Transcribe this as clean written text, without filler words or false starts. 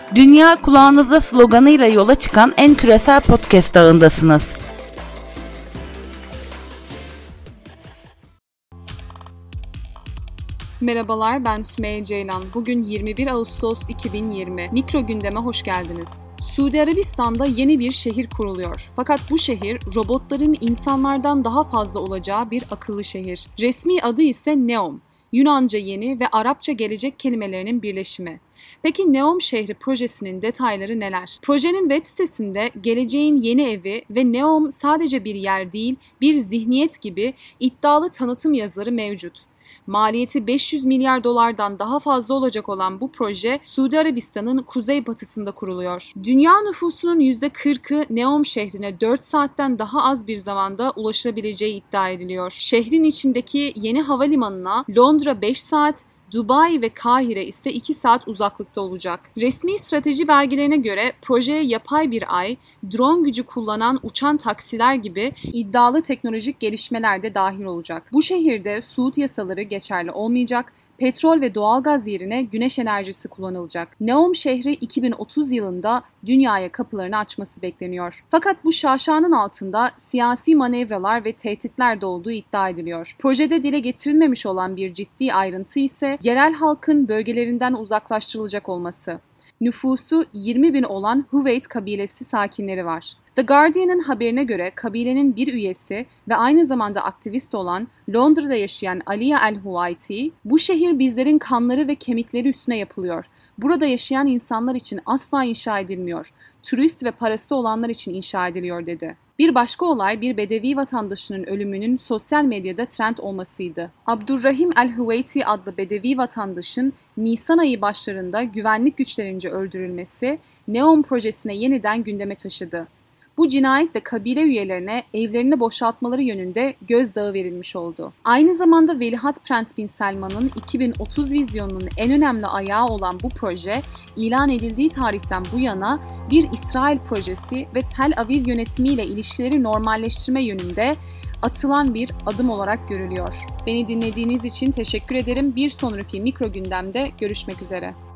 Dünya kulağınızda sloganıyla yola çıkan en küresel podcast ağındasınız. Merhabalar, ben Sümeyye Ceylan. Bugün 21 Ağustos 2020. Mikro gündeme hoş geldiniz. Suudi Arabistan'da yeni bir şehir kuruluyor. Fakat bu şehir robotların insanlardan daha fazla olacağı bir akıllı şehir. Resmi adı ise Neom. Yunanca yeni ve Arapça gelecek kelimelerinin birleşimi. Peki Neom şehri projesinin detayları neler? Projenin web sitesinde geleceğin yeni evi ve Neom sadece bir yer değil, bir zihniyet gibi iddialı tanıtım yazıları mevcut. Maliyeti 500 milyar dolardan daha fazla olacak olan bu proje Suudi Arabistan'ın kuzeybatısında kuruluyor. Dünya nüfusunun %40'ı Neom şehrine 4 saatten daha az bir zamanda ulaşabileceği iddia ediliyor. Şehrin içindeki yeni havalimanına Londra 5 saat, Dubai ve Kahire ise 2 saat uzaklıkta olacak. Resmi strateji belgelerine göre projeye yapay bir ay, drone gücü kullanan uçan taksiler gibi iddialı teknolojik gelişmeler de dahil olacak. Bu şehirde Suud yasaları geçerli olmayacak. Petrol ve doğalgaz yerine güneş enerjisi kullanılacak. Neom şehri 2030 yılında dünyaya kapılarını açması bekleniyor. Fakat bu şaşanın altında siyasi manevralar ve tehditler de olduğu iddia ediliyor. Projede dile getirilmemiş olan bir ciddi ayrıntı ise yerel halkın bölgelerinden uzaklaştırılacak olması. Nüfusu 20 bin olan Huveyt kabilesi sakinleri var. The Guardian'ın haberine göre kabilenin bir üyesi ve aynı zamanda aktivist olan Londra'da yaşayan Aliya El-Huwaiti, "Bu şehir bizlerin kanları ve kemikleri üstüne yapılıyor. Burada yaşayan insanlar için asla inşa edilmiyor. Turist ve parası olanlar için inşa ediliyor," dedi. Bir başka olay bir Bedevi vatandaşının ölümünün sosyal medyada trend olmasıydı. Abdurrahim El-Huwaiti adlı Bedevi vatandaşın Nisan ayı başlarında güvenlik güçlerince öldürülmesi Neom projesine yeniden gündeme taşıdı. Bu cinayetle kabile üyelerine evlerini boşaltmaları yönünde gözdağı verilmiş oldu. Aynı zamanda Veliaht Prens Bin Selman'ın 2030 vizyonunun en önemli ayağı olan bu proje, ilan edildiği tarihten bu yana bir İsrail projesi ve Tel Aviv yönetimiyle ilişkileri normalleştirme yönünde atılan bir adım olarak görülüyor. Beni dinlediğiniz için teşekkür ederim. Bir sonraki mikro gündemde görüşmek üzere.